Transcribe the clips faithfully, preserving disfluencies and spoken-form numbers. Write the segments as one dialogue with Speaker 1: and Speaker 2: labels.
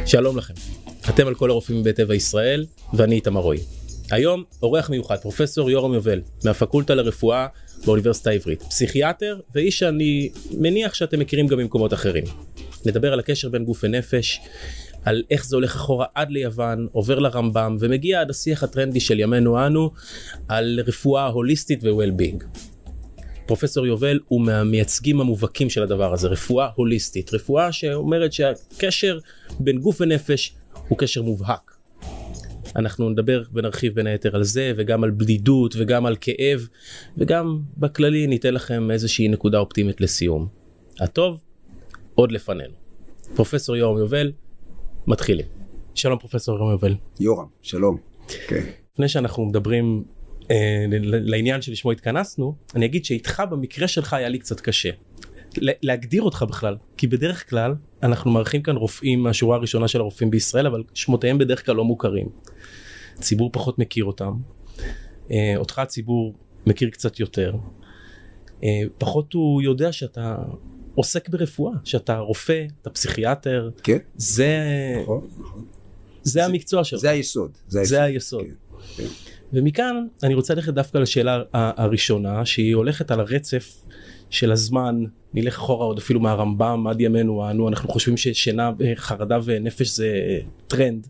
Speaker 1: שלום לכם, אתם על כל הרופאים מבית טבע ישראל, ואני איתמר רועי. היום אורח מיוחד, פרופסור יורם יובל, מהפקולטה לרפואה באוניברסיטה העברית, פסיכיאטר, ואיש שאני מניח שאתם מכירים גם במקומות אחרים. נדבר על הקשר בין גוף ונפש, על איך זה הולך אחורה עד ליוון, עובר לרמב"ם, ומגיע עד השיח הטרנדי של ימינו אנו, על רפואה הוליסטית ו-well-being. פרופסור יובל הוא מהמייצגים המובהקים של הדבר הזה, רפואה הוליסטית, רפואה שאומרת שהקשר בין גוף ונפש הוא קשר מובהק. אנחנו נדבר ונרחיב בין היתר על זה, וגם על בדידות, וגם על כאב, וגם בכללי ניתן לכם איזושהי נקודה אופטימית לסיום. הטוב, עוד לפנינו. פרופסור יורם יובל, מתחילים. שלום פרופסור יורם יובל.
Speaker 2: יורם, שלום. Okay.
Speaker 1: לפני שאנחנו מדברים אה, לעניין שלשמו התכנסנו, אני אגיד שאיתך במקרה שלך היה לי קצת קשה. להגדיר אותך בכלל, כי בדרך כלל אנחנו מערכים כאן רופאים מהשורה הראשונה של הרופאים בישראל, אבל שמותיהם בדרך כלל לא מוכרים. ציבור פחות מכיר אותם. אה, אותך הציבור מכיר קצת יותר. אה, פחות הוא יודע שאתה עוסק ברפואה, שאתה רופא, אתה פסיכיאטר.
Speaker 2: כן.
Speaker 1: זה,
Speaker 2: נכון, נכון.
Speaker 1: זה המקצוע שלך.
Speaker 2: זה היסוד.
Speaker 1: זה היסוד. זה היסוד.
Speaker 2: כן, כן.
Speaker 1: ומכאן אני רוצה ללכת דווקא לשאלה הראשונה, שהיא הולכת על הרצף של הזמן, נלך אחורה עוד אפילו מהרמב"ם עד ימינו אנו, אנחנו חושבים ששינה, חרדה ונפש זה טרנד.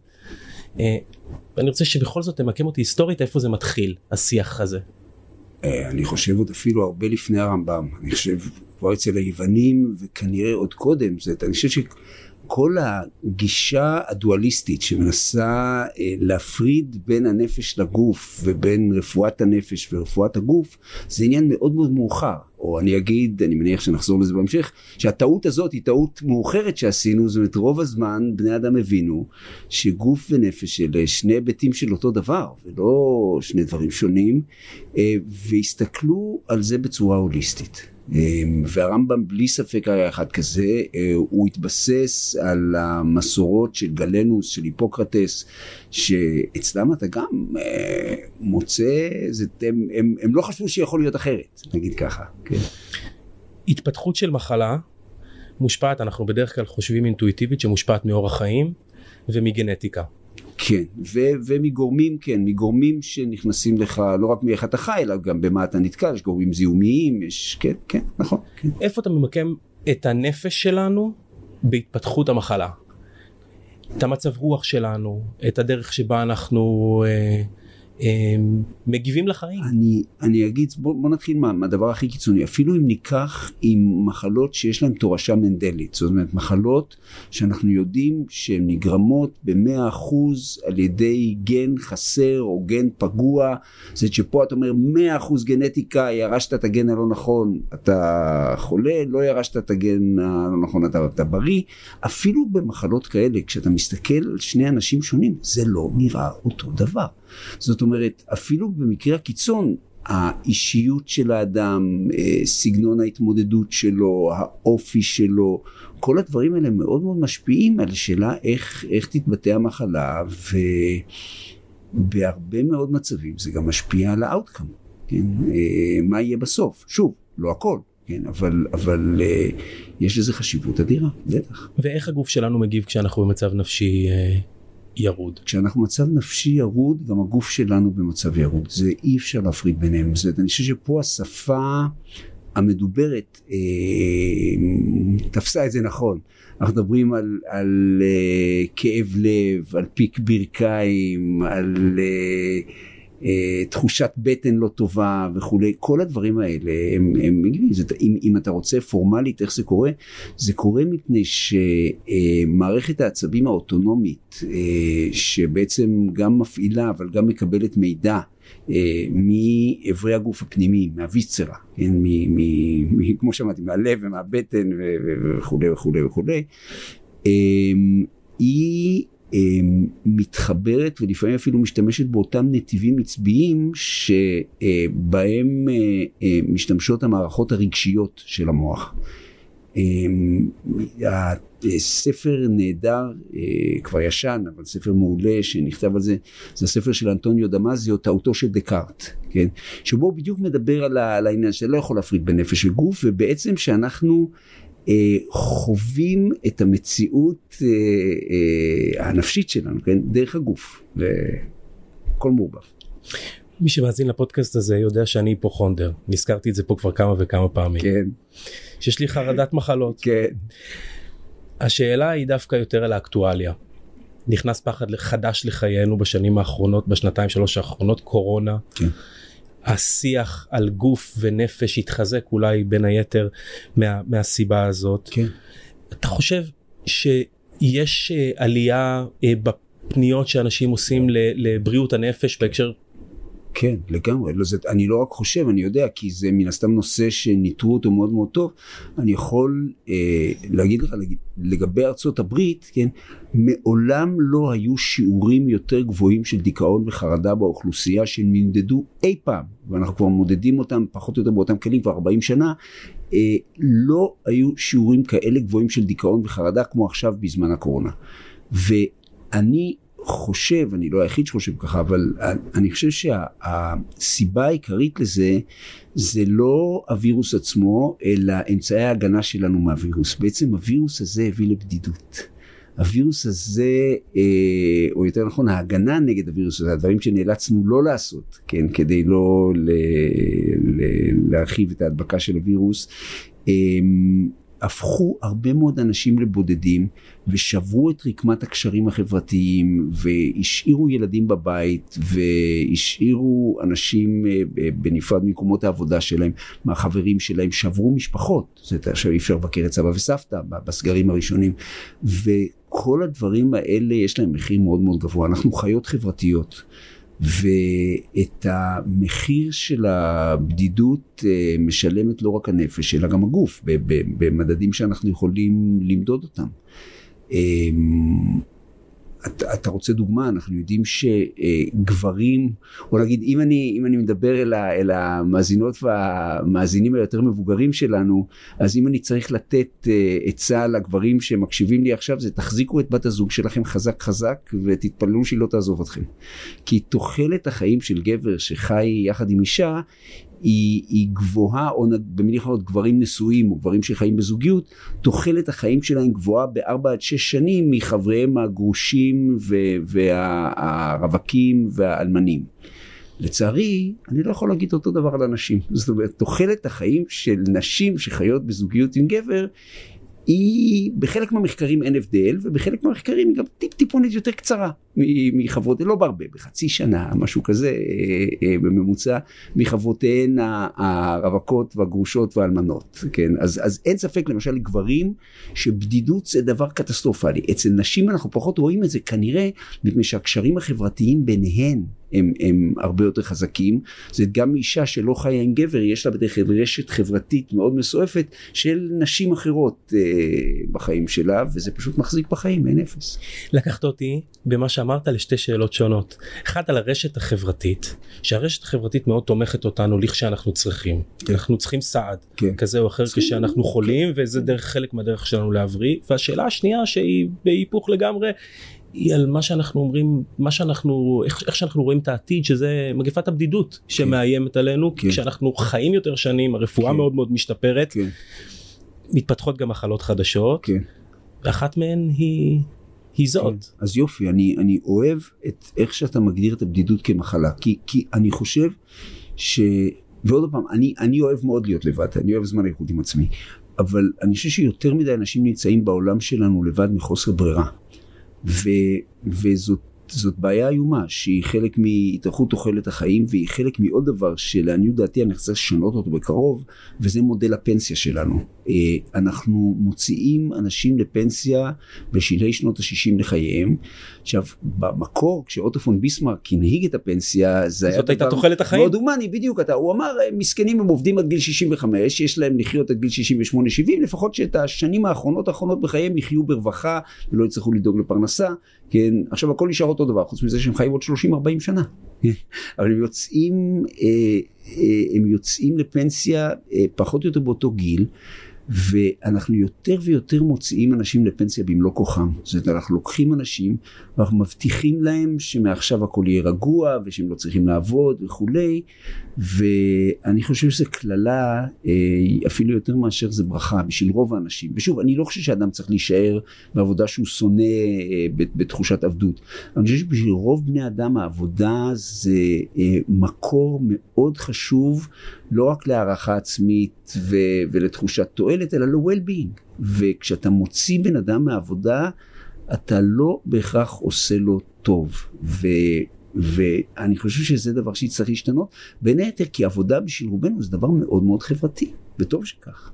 Speaker 1: ואני רוצה שבכל זאת תמקם אותי היסטורית, איפה זה מתחיל, השיח הזה.
Speaker 2: אני חושב עוד אפילו הרבה לפני הרמב"ם, אני חושב כבר אצל היוונים וכנראה עוד קודם, זאת, אני חושב שכל הגישה הדואליסטית שמנסה להפריד בין הנפש לגוף ובין רפואת הנפש ורפואת הגוף, זה עניין מאוד מאוד מאוחר. או אני אגיד, אני מניח שנחזור לזה בהמשך, שהטעות הזאת היא טעות מאוחרת שעשינו, זאת אומרת רוב הזמן בני אדם הבינו שגוף ונפש אלה שני היבטים של אותו דבר, ולא שני דברים שונים, והסתכלו על זה בצורה הוליסטית. והרמב"ם בלי ספק היה אחד כזה, הוא התבסס על המסורות של גלנוס, של היפוקרטס, שאצלם אתה גם מוצא, הם, הם, הם לא חשבו שיכול להיות אחרת, נגיד ככה. כן.
Speaker 1: התפתחות של מחלה מושפעת, אנחנו בדרך כלל חושבים אינטואיטיבית שמושפעת מאורח חיים ומגנטיקה.
Speaker 2: כן, ו- ומגורמים, כן, מגורמים שנכנסים לך לא רק מאיך אתה חי, אלא גם במה אתה נתקל, יש גורמים זיהומיים, יש, כן, כן, נכון. כן.
Speaker 1: איפה אתה ממקם את הנפש שלנו בהתפתחות המחלה? את המצב רוח שלנו, את הדרך שבה אנחנו אה, אה, מגיבים לחיים?
Speaker 2: אני, אני אגיד, בוא, בוא נתחיל מה, מהדבר הכי קיצוני, אפילו אם ניקח עם מחלות שיש להן תורשה מנדלית, זאת אומרת, מחלות שאנחנו יודעים שהן נגרמות ב-מאה אחוז על ידי גן חסר או גן פגוע, זאת שפה אתה אומר מאה אחוז גנטיקה, ירשת את הגן הלא נכון, אתה חולה, לא ירשת את הגן הלא נכון, אתה, אתה בריא, אפילו במחלות כאלה, כשאתה מסתכל על שני אנשים שונים, זה לא נראה אותו דבר. זאת אומרת, אפילו במקרה הקיצון, האישיות של האדם, סגנון ההתמודדות שלו, האופי שלו, כל הדברים האלה מאוד מאוד משפיעים על השאלה איך, איך תתבטא המחלה, ובהרבה מאוד מצבים זה גם משפיע על האוטקאם, כן? מה יהיה בסוף? שוב, לא הכל, כן? אבל, אבל יש לזה חשיבות אדירה, בטח.
Speaker 1: ואיך הגוף שלנו מגיב כשאנחנו במצב נפשי ירוד?
Speaker 2: כשאנחנו במצב נפשי ירוד, גם הגוף שלנו במצב ירוד. זה אי אפשר להפריד ביניהם. זאת, אני חושב שפה השפה המדוברת אה, תפסה את זה נכון. אנחנו מדברים על, על אה, כאב לב, על פיק ברכיים, על אה, אה, תחושת בטן לא טובה וכולי. כל הדברים האלה, הם, הם, זאת, אם, אם אתה רוצה פורמלית איך זה קורה, זה קורה מפני שמערכת העצבים האוטונומית, אה, שבעצם גם מפעילה אבל גם מקבלת מידע, מאיברי הגוף הפנימי, מהוויסצרה, כן? מ, מ, מ, כמו שאמרתי, מהלב ומהבטן וכו' וכו' וכו', היא מתחברת ולפעמים אפילו משתמשת באותם נתיבים עצביים שבהם משתמשות המערכות הרגשיות של המוח. הספר נהדר, כבר ישן, אבל ספר מעולה שנכתב על זה, זה הספר של אנטוניו דמזיו, טעותו של דקארט, כן? שבו הוא בדיוק מדבר על העניין שלא יכול להפריד בין נפש וגוף, ובעצם שאנחנו חווים את המציאות הנפשית שלנו, כן? דרך הגוף, וכל מעורבב.
Speaker 1: מי שמאזין לפודקאסט הזה יודע שאני היפוכונדר, נזכרתי את זה פה כבר כמה וכמה פעמים.
Speaker 2: כן.
Speaker 1: שיש לי חרדת מחלות.
Speaker 2: כן.
Speaker 1: השאלה היא דווקא יותר על האקטואליה. נכנס פחד חדש לחיינו בשנים האחרונות, בשנתיים שלוש האחרונות, קורונה.
Speaker 2: כן.
Speaker 1: השיח על גוף ונפש התחזק אולי בין היתר מה, מהסיבה הזאת.
Speaker 2: כן. אתה
Speaker 1: חושב שיש עלייה בפניות שאנשים עושים לבריאות הנפש בהקשר?
Speaker 2: כן, לגמרי. לא, זה, אני לא רק חושב, אני יודע, כי זה מן הסתם נושא שניטרו אותו מאוד מאוד טוב. אני יכול אה, להגיד לך, לגבי ארצות הברית, כן, מעולם לא היו שיעורים יותר גבוהים של דיכאון וחרדה באוכלוסייה שנמדדו אי פעם, ואנחנו כבר מודדים אותם פחות או יותר באותם כלים כבר ארבעים שנה, אה, לא היו שיעורים כאלה גבוהים של דיכאון וחרדה כמו עכשיו בזמן הקורונה. ואני חושב, אני לא היחיד שחושב ככה, אבל אני חושב שהסיבה העיקרית לזה, זה לא הווירוס עצמו, אלא אמצעי ההגנה שלנו מהווירוס. בעצם הווירוס הזה הביא לבדידות. הווירוס הזה, או יותר נכון, ההגנה נגד הווירוס הזה, הדברים שנאלצנו לא לעשות, כן, כדי לא להרחיב את ההדבקה של הווירוס, הפכו הרבה מאוד אנשים לבודדים ושברו את רקמת הקשרים החברתיים והשאירו ילדים בבית והשאירו אנשים בנפרד ממקומות העבודה שלהם, מהחברים שלהם, שברו משפחות. זאת עכשיו אי אפשר לבקר את סבא וסבתא בסגרים הראשונים, וכל הדברים האלה יש להם מחיר מאוד מאוד גבוה. אנחנו חיות חברתיות, ואת המחיר של הבדידות משלמת לא רק הנפש אלא גם הגוף במדדים שאנחנו יכולים למדוד אותם. אתה, אתה רוצה דוגמה? אנחנו יודעים שגברים, או נגיד אם אני, אם אני מדבר אל, ה, אל המאזינות והמאזינים היותר מבוגרים שלנו, אז אם אני צריך לתת עצה לגברים שמקשיבים לי עכשיו, זה תחזיקו את בת הזוג שלכם חזק חזק ותתפללו שהיא לא תעזוב אתכם. כי תוחלת החיים של גבר שחי יחד עם אישה היא, היא גבוהה, או במילים אחרות גברים נשואים או גברים שחיים בזוגיות, תוחלת החיים שלהם גבוהה בארבע עד שש שנים מחבריהם הגרושים והרווקים והאלמנים. לצערי, אני לא יכול להגיד אותו דבר על אנשים. זאת אומרת, תוחלת החיים של נשים שחיות בזוגיות עם גבר, היא בחלק מהמחקרים אין הבדל, ובחלק מהמחקרים היא גם טיפ טיפונית יותר קצרה מחברות, לא בהרבה, בחצי שנה, משהו כזה בממוצע, מחברותיהן הרווקות והגרושות והאלמנות, כן? אז, אז אין ספק למשל לגברים שבדידות זה דבר קטסטרופלי. אצל נשים אנחנו פחות רואים את זה כנראה, מפני שהקשרים החברתיים ביניהן הם, הם הרבה יותר חזקים. זה גם אישה שלא חיה עם גבר, יש לה בדרך כלל רשת חברתית מאוד מסועפת של נשים אחרות אה, בחיים שלה, וזה פשוט מחזיק בחיים, אין אפס.
Speaker 1: לקחת אותי במה שאמרת לשתי שאלות שונות. אחת על הרשת החברתית, שהרשת החברתית מאוד תומכת אותנו לכשאנחנו צריכים. כן. אנחנו צריכים סעד כן. כזה או אחר כשאנחנו חולים, כן. וזה דרך חלק מהדרך שלנו להבריא. והשאלה השנייה שהיא בהיפוך לגמרי, היא על מה שאנחנו אומרים, מה שאנחנו, איך, איך שאנחנו רואים את העתיד, שזה מגפת הבדידות כן. שמאיימת עלינו, כן. כשאנחנו חיים יותר שנים, הרפואה כן. מאוד מאוד משתפרת, כן. מתפתחות גם מחלות חדשות, כן. ואחת מהן היא, היא זאת. כן.
Speaker 2: אז יופי, אני, אני אוהב את איך שאתה מגדיר את הבדידות כמחלה, כי, כי אני חושב ש... ועוד פעם, אני, אני אוהב מאוד להיות לבד, אני אוהב זמן איכות עם עצמי, אבל אני חושב שיותר מדי אנשים נמצאים בעולם שלנו לבד מחוסר ברירה. ו, וזאת זאת בעיה איומה שהיא חלק מהתארכות תוחלת החיים, והיא חלק מעוד דבר שלעניות דעתי אני צריך לשנות אותו בקרוב, וזה מודל הפנסיה שלנו. אנחנו מוציאים אנשים לפנסיה בשלהי שנות ה-שישים לחייהם. עכשיו במקור כשאוטו פון ביסמרק הנהיג את הפנסיה, זה
Speaker 1: זאת הייתה תוחלת החיים
Speaker 2: מאוד הומני, בדיוק. אתה, הוא אמר מסכנים הם עובדים עד גיל שישים וחמש, יש להם לחיות עד גיל שישים ושמונה שבעים, לפחות שאת השנים האחרונות האחרונות בחייהם יחיו ברווחה ולא יצטרכו לדאוג לפרנסה. כן, עכשיו הכל נשאר אותו דבר, חוץ מזה שהם חיים עוד שלושים ארבעים שנה. אבל הם יוצאים, הם יוצאים לפנסיה פחות או יותר באותו גיל, ואנחנו יותר ויותר מוציאים אנשים לפנסיה במלוא כוחם. זאת אומרת, אנחנו לוקחים אנשים, ואנחנו מבטיחים להם שמעכשיו הכל יהיה רגוע, ושהם לא צריכים לעבוד וכולי, ואני חושב שזה כללה, אפילו יותר מאשר זה ברכה, בשביל רוב האנשים. ושוב, אני לא חושב שאדם צריך להישאר בעבודה שהוא שונא בתחושת עבדות. אני חושב שבשביל רוב בני אדם, העבודה זה מקור מאוד חשוב, לא רק להערכה עצמית ו- ולתחושת תועלת, אלא ל-well-being. וכשאתה מוציא בן אדם מהעבודה, אתה לא בהכרח עושה לו טוב. ו- ואני חושב שזה דבר שיצטרך להשתנות, בין היתר כי עבודה בשביל רובנו זה דבר מאוד מאוד חברתי, וטוב שכך.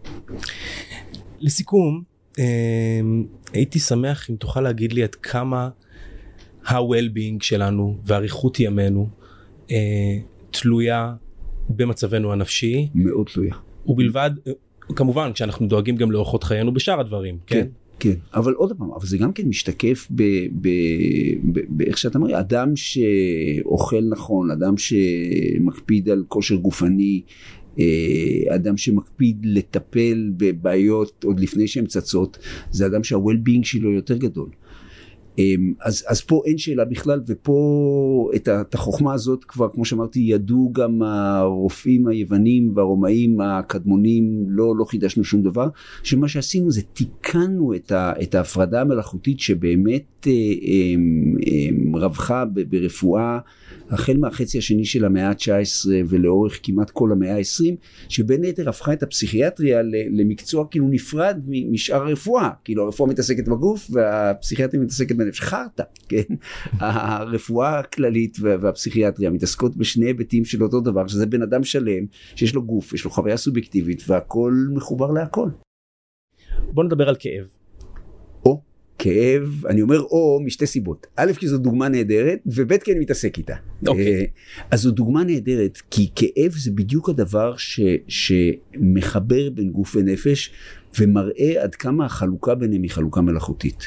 Speaker 1: לסיכום, הייתי שמח אם תוכל להגיד לי עד כמה ה-well-being שלנו ואריכות ימינו תלויה במצבנו הנפשי.
Speaker 2: מאוד תלויה.
Speaker 1: ובלבד, כמובן, כשאנחנו דואגים גם לאורחות חיינו בשאר הדברים, כן?
Speaker 2: כן. כן, אבל עוד פעם, אבל זה גם כן משתקף באיך שאתה אומר, אדם שאוכל נכון, אדם שמקפיד על כושר גופני, אדם שמקפיד לטפל בבעיות עוד לפני שהן צצות, זה אדם שה-well-being שלו יותר גדול. אז, אז פה אין שאלה בכלל, ופה את, את החוכמה הזאת כבר, כמו שאמרתי, ידעו גם הרופאים היוונים והרומאים הקדמונים, לא, לא חידשנו שום דבר, שמה שעשינו זה תיקנו את, ה, את ההפרדה המלאכותית שבאמת רווחה ברפואה, החל מהחצי השני של המאה ה-תשע עשרה ולאורך כמעט כל המאה ה-עשרים, שבין היתר הפכה את הפסיכיאטריה למקצוע כאילו נפרד משאר הרפואה, כאילו הרפואה מתעסקת בגוף והפסיכיאטריה מתעסקת בנפש, חרטה, כן? הרפואה הכללית והפסיכיאטריה מתעסקות בשני היבטים של אותו דבר, שזה בן אדם שלם, שיש לו גוף, יש לו חוויה סובייקטיבית והכל מחובר להכל.
Speaker 1: בוא נדבר על כאב.
Speaker 2: או. כאב, אני אומר או משתי סיבות. א', כי זו דוגמה נהדרת, וב', כי אני מתעסק איתה.
Speaker 1: אוקיי.
Speaker 2: אז זו דוגמה נהדרת, כי כאב זה בדיוק הדבר ש, שמחבר בין גוף ונפש, ומראה עד כמה החלוקה ביניהם היא חלוקה מלאכותית.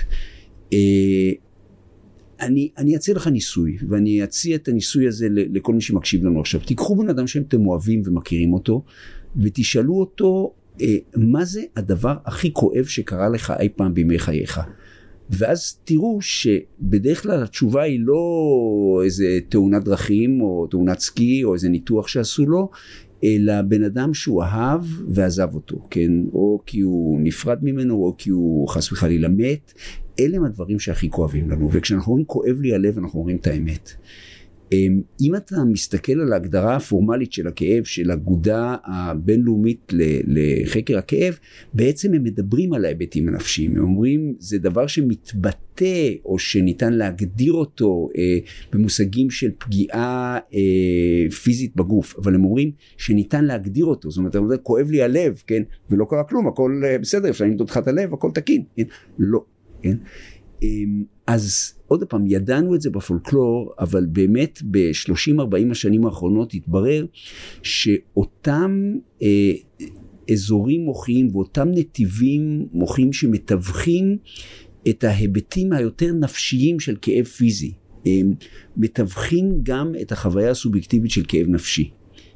Speaker 2: אני, אני אציע לך ניסוי, ואני אציע את הניסוי הזה לכל מי שמקשיב לנו עכשיו. תיקחו בן אדם שאתם אוהבים ומכירים אותו, ותשאלו אותו, מה זה הדבר הכי כואב שקרה לך אי פעם בימי חייך? ואז תראו שבדרך כלל התשובה היא לא איזה תאונת דרכים או תאונת סקי או איזה ניתוח שעשו לו, אלא בן אדם שהוא אהב ועזב אותו, כן? או כי הוא נפרד ממנו או כי הוא חס וחלילה מת. אלה הם הדברים שהכי כואבים לנו, וכשאנחנו אומרים כואב לי הלב אנחנו אומרים את האמת. אם אתה מסתכל על ההגדרה הפורמלית של הכאב, של האגודה הבינלאומית לחקר הכאב, בעצם הם מדברים על ההיבטים הנפשיים. הם אומרים, זה דבר שמתבטא או שניתן להגדיר אותו אה, במושגים של פגיעה אה, פיזית בגוף, אבל הם אומרים שניתן להגדיר אותו. זאת אומרת, אתה אומר, כואב לי הלב, כן? ולא קרה כלום, הכל אה, בסדר, אפשר למדוד לך את הלב, הכל תקין. כן? לא, כן? אז עוד פעם, ידענו את זה בפולקלור, אבל באמת ב-שלושים ארבעים השנים האחרונות התברר שאותם אה, אזורים מוחיים ואותם נתיבים מוחיים שמתווכים את ההיבטים היותר נפשיים של כאב פיזי, אה, מתווכים גם את החוויה הסובייקטיבית של כאב נפשי.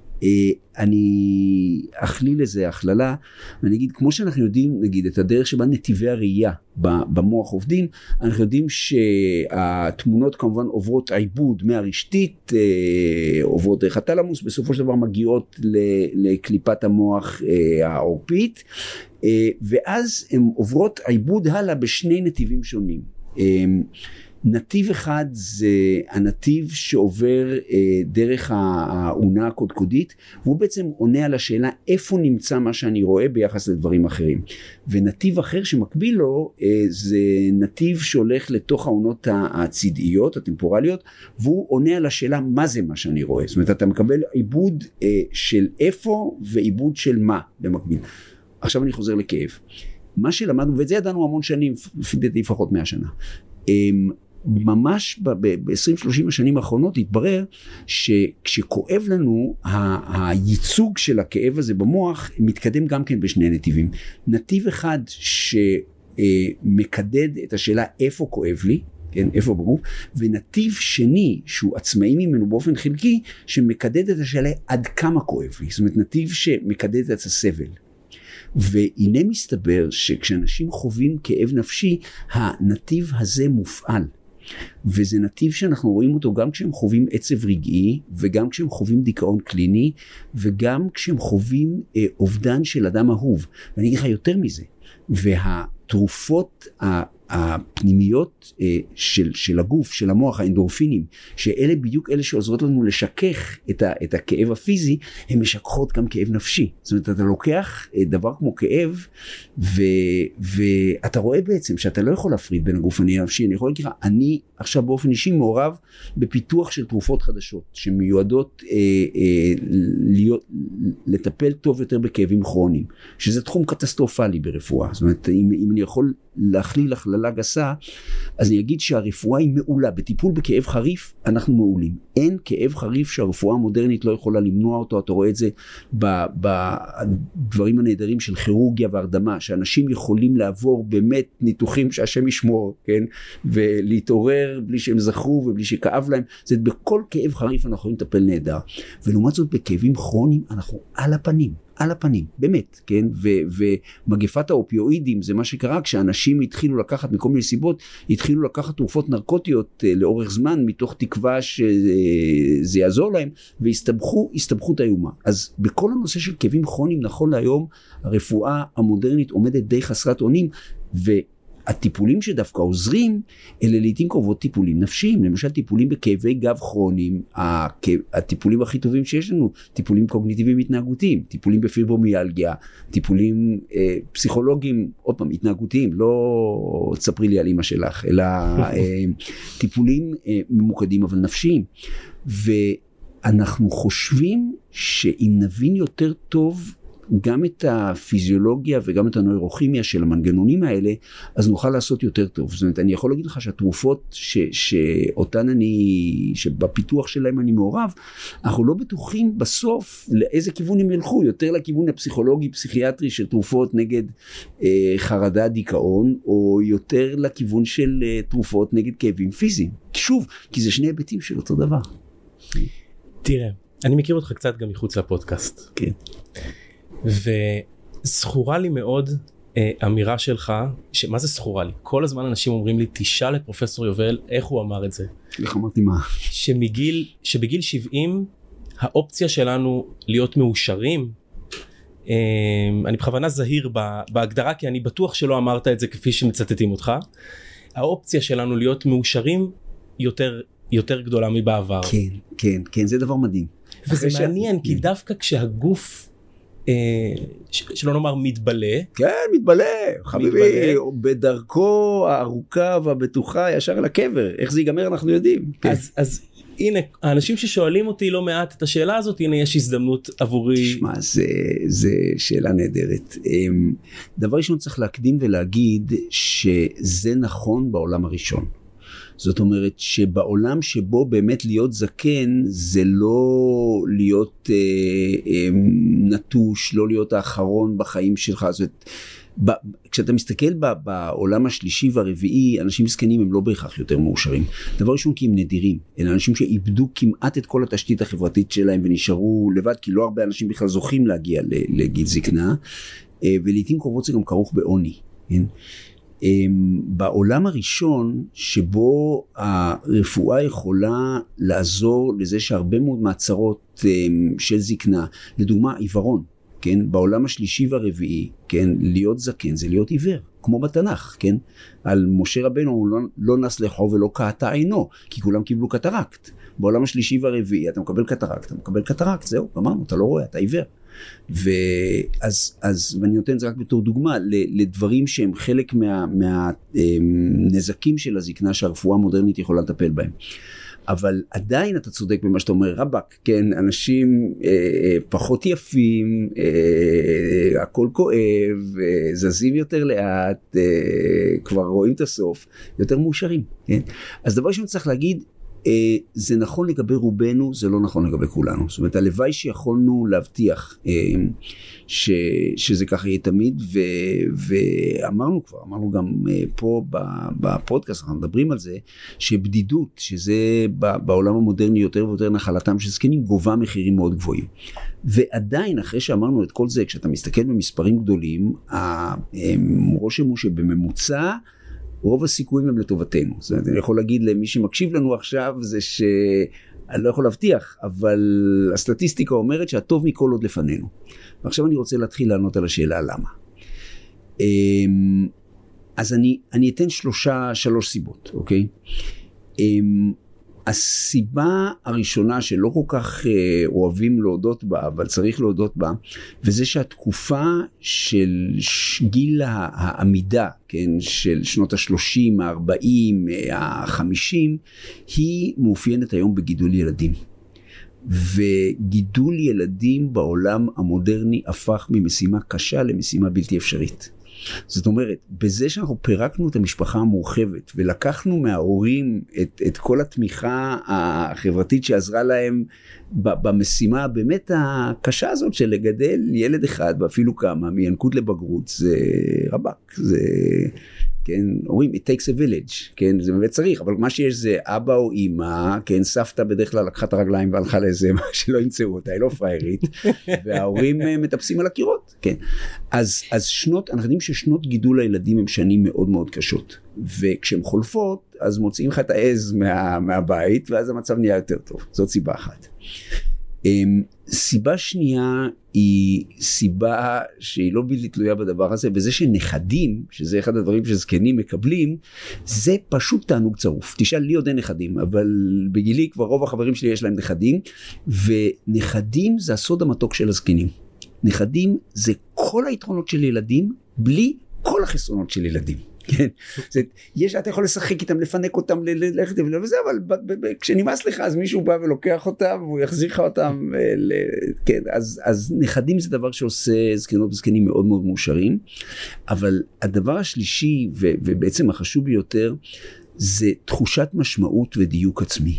Speaker 2: אני אכליל לזה הכללה, ואני אגיד, כמו שאנחנו יודעים, נגיד, את הדרך שבה נתיבי הראייה במוח עובדים, אנחנו יודעים שהתמונות כמובן עוברות עיבוד מהרשתית, עוברות דרך התלמוס, בסופו של דבר מגיעות לקליפת המוח העורפית, ואז הן עוברות עיבוד הלאה בשני נתיבים שונים. נתיב אחד זה הנתיב שעובר אה, דרך העונה הקודקודית, והוא בעצם עונה על השאלה איפה נמצא מה שאני רואה ביחס לדברים אחרים. ונתיב אחר שמקביל לו אה, זה נתיב שהולך לתוך העונות הצידיות, הטמפורליות, והוא עונה על השאלה מה זה מה שאני רואה. זאת אומרת, אתה מקבל עיבוד אה, של איפה ועיבוד של מה במקביל. עכשיו אני חוזר לכאב. מה שלמדנו, ואת זה ידענו המון שנים, לפחות מאה שנה, אה, ממש ב-עשרים שלושים השנים האחרונות התברר שכשכואב לנו, הייצוג של הכאב הזה במוח מתקדם גם כן בשני נתיבים. נתיב אחד שמקדד את השאלה איפה כואב לי, כן, איפה בגוף, ונתיב שני שהוא עצמאי ממנו באופן חלקי, שמקדד את השאלה עד כמה כואב לי. זאת אומרת, נתיב שמקדד את הסבל. והנה מסתבר שכשאנשים חווים כאב נפשי, הנתיב הזה מופעל. וזה נתיב שאנחנו רואים אותו גם כשהם חווים עצב רגעי, וגם כשהם חווים דיכאון קליני, וגם כשהם חווים אה, אובדן של אדם אהוב. ואני אגיד לך יותר מזה, והתרופות הפנימיות של, של הגוף, של המוח, האנדורפינים, שאלה בדיוק אלה שעוזרות לנו לשכך את, ה, את הכאב הפיזי, הן משכחות גם כאב נפשי. זאת אומרת, אתה לוקח דבר כמו כאב, ו, ואתה רואה בעצם שאתה לא יכול להפריד בין הגוף הנפשי. אני יכול להגיד לך, אני עכשיו באופן אישי מעורב בפיתוח של תרופות חדשות, שמיועדות אה, אה, להיות, לטפל טוב יותר בכאבים כרוניים, שזה תחום קטסטרופלי ברפואה. זאת אומרת, אם, אם אני יכול להכליל הכללה גסה, אז אני אגיד שהרפואה היא מעולה. בטיפול בכאב חריף אנחנו מעולים. אין כאב חריף שהרפואה המודרנית לא יכולה למנוע אותו. אתה רואה את זה בדברים הנהדרים של כירורגיה והרדמה, שאנשים יכולים לעבור באמת ניתוחים שהשם ישמור, כן? ולהתעורר בלי שהם זכרו ובלי שכאב להם. זה בכל כאב חריף אנחנו יכולים לטפל נהדר. ולעומת זאת בכאבים כרוניים אנחנו על הפנים. על הפנים, באמת, כן? ו- ומגפת האופיואידים זה מה שקרה כשאנשים התחילו לקחת מכל מיני סיבות, התחילו לקחת תרופות נרקוטיות לאורך זמן, מתוך תקווה שזה יעזור להם, והסתבכו, הסתבכות איומה. אז בכל הנושא של כאבים כרוניים, נכון להיום, הרפואה המודרנית עומדת די חסרת אונים, ו... הטיפולים שדווקא עוזרים, אלה לעתים קרובות טיפולים נפשיים, למשל טיפולים בכאבי גב כרוניים, הטיפולים הכי טובים שיש לנו, טיפולים קוגניטיביים התנהגותיים, טיפולים בפיברומיאלגיה, טיפולים אה, פסיכולוגיים, עוד פעם, התנהגותיים, לא תספרי לי על אמא שלך, אלא אה, טיפולים אה, ממוקדים אבל נפשיים. ואנחנו חושבים שאם נבין יותר טוב, גם את הפיזיולוגיה וגם את הנוירוכימיה של המנגנונים האלה, אז נוכל לעשות יותר טוב. זאת אומרת, אני יכול להגיד לך שהתרופות ש, שאותן אני, שבפיתוח שלהם אני מעורב, אנחנו לא בטוחים בסוף לאיזה כיוון הם ילכו, יותר לכיוון הפסיכולוגי, פסיכיאטרי של תרופות נגד אה, חרדה, דיכאון, או יותר לכיוון של אה, תרופות נגד כאבים פיזיים. שוב, כי זה שני היבטים של אותו דבר.
Speaker 1: תראה, אני מכיר אותך קצת גם מחוץ לפודקאסט.
Speaker 2: כן.
Speaker 1: וזכורה לי מאוד אה, אמירה שלך, מה זה זכורה לי? כל הזמן אנשים אומרים לי, תשאל את פרופסור יובל איך הוא אמר את זה.
Speaker 2: איך אמרתי מה?
Speaker 1: שמגיל, שבגיל שבעים האופציה שלנו להיות מאושרים, אה, אני בכוונה זהיר בהגדרה, כי אני בטוח שלא אמרת את זה כפי שמצטטים אותך, האופציה שלנו להיות מאושרים יותר, יותר גדולה מבעבר.
Speaker 2: כן, כן, כן, זה דבר מדהים.
Speaker 1: וזה מעניין, ש... כי דווקא כשהגוף... שלא נאמר מתבלה.
Speaker 2: כן, מתבלה, חביבי, בדרכו הארוכה והבטוחה ישר לקבר. איך זה ייגמר אנחנו יודעים.
Speaker 1: אז, אז הנה, האנשים ששואלים אותי לא מעט את השאלה הזאת, הנה יש הזדמנות עבורי.
Speaker 2: תשמע, זה, זה שאלה נהדרת. דבר ראשון צריך להקדים ולהגיד שזה נכון בעולם הראשון. זאת אומרת שבעולם שבו באמת להיות זקן זה לא להיות אה, אה, נטוש, לא להיות האחרון בחיים שלך. זאת אומרת, ב, כשאתה מסתכל ב, בעולם השלישי והרביעי, אנשים זקנים הם לא בהכרח יותר מאושרים. דבר ראשון כי הם נדירים, אלה אנשים שאיבדו כמעט את כל התשתית החברתית שלהם ונשארו לבד, כי לא הרבה אנשים בכלל זוכים להגיע לגיל זקנה, אה, ולעיתים קרובות זה גם כרוך בעוני, כן? בעולם הראשון שבו הרפואה יכולה לעזור לזה שהרבה מאוד מעצרות של זקנה, לדוגמה עיוורון, כן? בעולם השלישי והרביעי, כן? להיות זקן זה להיות עיוור, כמו בתנ"ך, כן? על משה רבנו הוא לא, לא נס לחו ולא קעתה עינו, כי כולם קיבלו קטרקט. בעולם השלישי והרביעי אתה מקבל קטרקט, אתה מקבל קטרקט, זהו, אמרנו, אתה לא רואה, אתה עיוור. ואז, אז, ואני נותן זה רק בתור דוגמה, לדברים שהם חלק מה, מהנזקים של הזקנה שהרפואה המודרנית יכולה לטפל בהם. אבל עדיין אתה צודק במה שאתה אומר, רבק, כן, אנשים אה, פחות יפים, אה, הכל כואב, אה, זזים יותר לאט, אה, כבר רואים את הסוף, יותר מאושרים, כן? אז דבר שאני צריך להגיד, זה נכון לגבי רובנו, זה לא נכון לגבי כולנו. זאת אומרת, הלוואי שיכולנו להבטיח ש, שזה ככה יהיה תמיד, ו, ואמרנו כבר, אמרנו גם פה בפודקאסט, אנחנו מדברים על זה, שבדידות, שזה בעולם המודרני יותר ויותר נחלתם של זקנים, גובה מחירים מאוד גבוהים. ועדיין, אחרי שאמרנו את כל זה, כשאתה מסתכל במספרים גדולים, הרושם הוא שבממוצע, רוב הסיכויים הם לטובתנו. זאת אומרת, אני יכול להגיד למי שמקשיב לנו עכשיו, זה ש... אני לא יכול להבטיח, אבל הסטטיסטיקה אומרת שהטוב מכל עוד לפנינו. ועכשיו אני רוצה להתחיל לענות על השאלה למה. אז אני, אני אתן שלושה, שלוש סיבות, אוקיי? הסיבה הראשונה שלא כל כך אוהבים להודות בה, אבל צריך להודות בה, וזה שהתקופה של גיל העמידה, כן, של שנות ה-שלושים, ה-ארבעים, ה-חמישים, היא מאופיינת היום בגידול ילדים. וגידול ילדים בעולם המודרני הפך ממשימה קשה למשימה בלתי אפשרית. זאת אומרת, בזה שאנחנו פירקנו את המשפחה המורחבת, ולקחנו מההורים את, את כל התמיכה החברתית שעזרה להם במשימה באמת הקשה הזאת של לגדל ילד אחד, ואפילו כמה, מינקות לבגרות, זה רבק, זה... כן, אומרים, it takes a village, כן, זה באמת צריך, אבל מה שיש זה אבא או אמא, כן, סבתא בדרך כלל לקחה את הרגליים והלכה לאיזה מה שלא ימצאו אותה, היא לא פריירית, וההורים מטפסים על הקירות, כן. אז, אז שנות, אנחנו יודעים ששנות גידול הילדים הם שנים מאוד מאוד קשות, וכשהם חולפות, אז מוצאים לך את העז מה, מהבית, ואז המצב נהיה יותר טוב, זאת סיבה אחת. סיבה שנייה היא סיבה שהיא לא בלתי תלויה בדבר הזה, וזה שנכדים, שזה אחד הדברים שזקנים מקבלים, זה פשוט תענוג צרוף. תשאל, לי עוד אין נכדים, אבל בגילי כבר רוב החברים שלי יש להם נכדים, ונכדים זה הסוד המתוק של הזקנים. נכדים זה כל היתרונות של ילדים, בלי כל החסרונות של ילדים. כן, זה, יש, אתה יכול לשחק איתם, לפנק אותם, ללכת וזה, אבל כשנמאס לך, אז מישהו בא ולוקח אותם, והוא יחזיר לך אותם, ל, כן, אז, אז נכדים זה דבר שעושה זקנות וזקנים מאוד מאוד מאושרים, אבל הדבר השלישי, ו, ובעצם החשוב ביותר, זה תחושת משמעות ודיוק עצמי.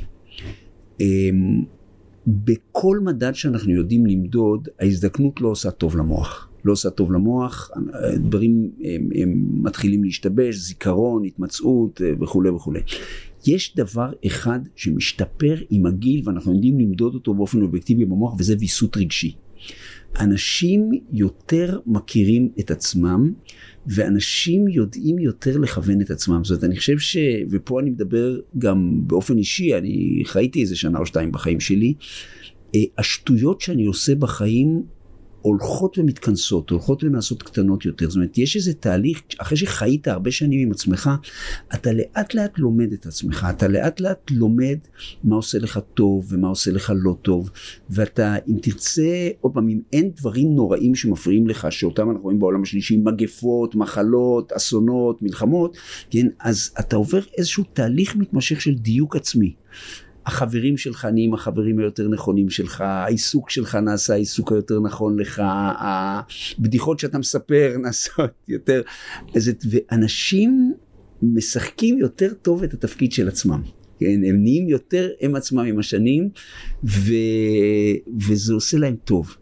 Speaker 2: בכל מדד שאנחנו יודעים למדוד, ההזדקנות לא עושה טוב למוח. לא עושה טוב למוח, דברים הם, הם מתחילים להשתבש, זיכרון, התמצאות וכו' וכו'. יש דבר אחד שמשתפר עם הגיל, ואנחנו יודעים למדוד אותו באופן אובייקטיבי במוח, וזה ויסות רגשי. אנשים יותר מכירים את עצמם, ואנשים יודעים יותר לכוון את עצמם. זאת אומרת, אני חושב ש... ופה אני מדבר גם באופן אישי, אני חייתי איזה שנה או שתיים בחיים שלי, השטויות שאני עושה בחיים, הולכות ומתכנסות, הולכות ונעשות קטנות יותר. זאת אומרת, יש איזה תהליך, אחרי שחיית הרבה שנים עם עצמך, אתה לאט לאט לומד את עצמך, אתה לאט לאט לומד מה עושה לך טוב ומה עושה לך לא טוב, ואתה, אם תרצה, עוד פעם, אם אין דברים נוראים שמפריעים לך, שאותם אנחנו רואים בעולם השלישי, מגפות, מחלות, אסונות, מלחמות, כן, אז אתה עובר איזשהו תהליך מתמשך של דיוק עצמי. החברים שלך נהיים החברים היותר נכונים שלך, העיסוק שלך נעשה העיסוק היותר נכון לך, הבדיחות שאתה מספר נעשות יותר, ואנשים משחקים יותר טוב את התפקיד של עצמם, כן? הם נהיים יותר הם עצמם עם השנים, ו... וזה עושה להם טוב.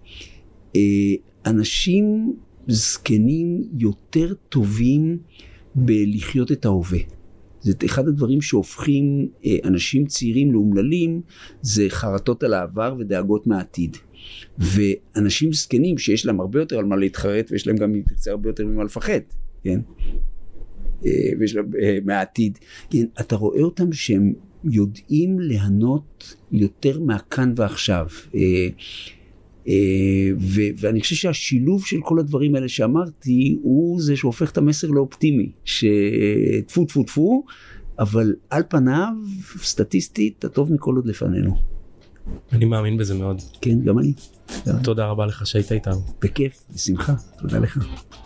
Speaker 2: אנשים זקנים יותר טובים בלחיות את ההווה. זה אחד הדברים שהופכים אנשים צעירים לאומללים, זה חרטות על העבר ודאגות מהעתיד. ואנשים זקנים שיש להם הרבה יותר על מה להתחרט, ויש להם גם תרצה הרבה יותר ממה לפחד, כן? ויש להם מהעתיד. כן? אתה רואה אותם שהם יודעים ליהנות יותר מהכאן ועכשיו. ו- ואני חושב שהשילוב של כל הדברים האלה שאמרתי הוא זה שהופך את המסר לאופטימי, שטפו טפו טפו, אבל על פניו סטטיסטית הטוב מכל עוד לפנינו.
Speaker 1: אני מאמין בזה מאוד.
Speaker 2: כן, גם אני.
Speaker 1: תודה רבה לך שהיית איתנו.
Speaker 2: בכיף, בשמחה, תודה לך.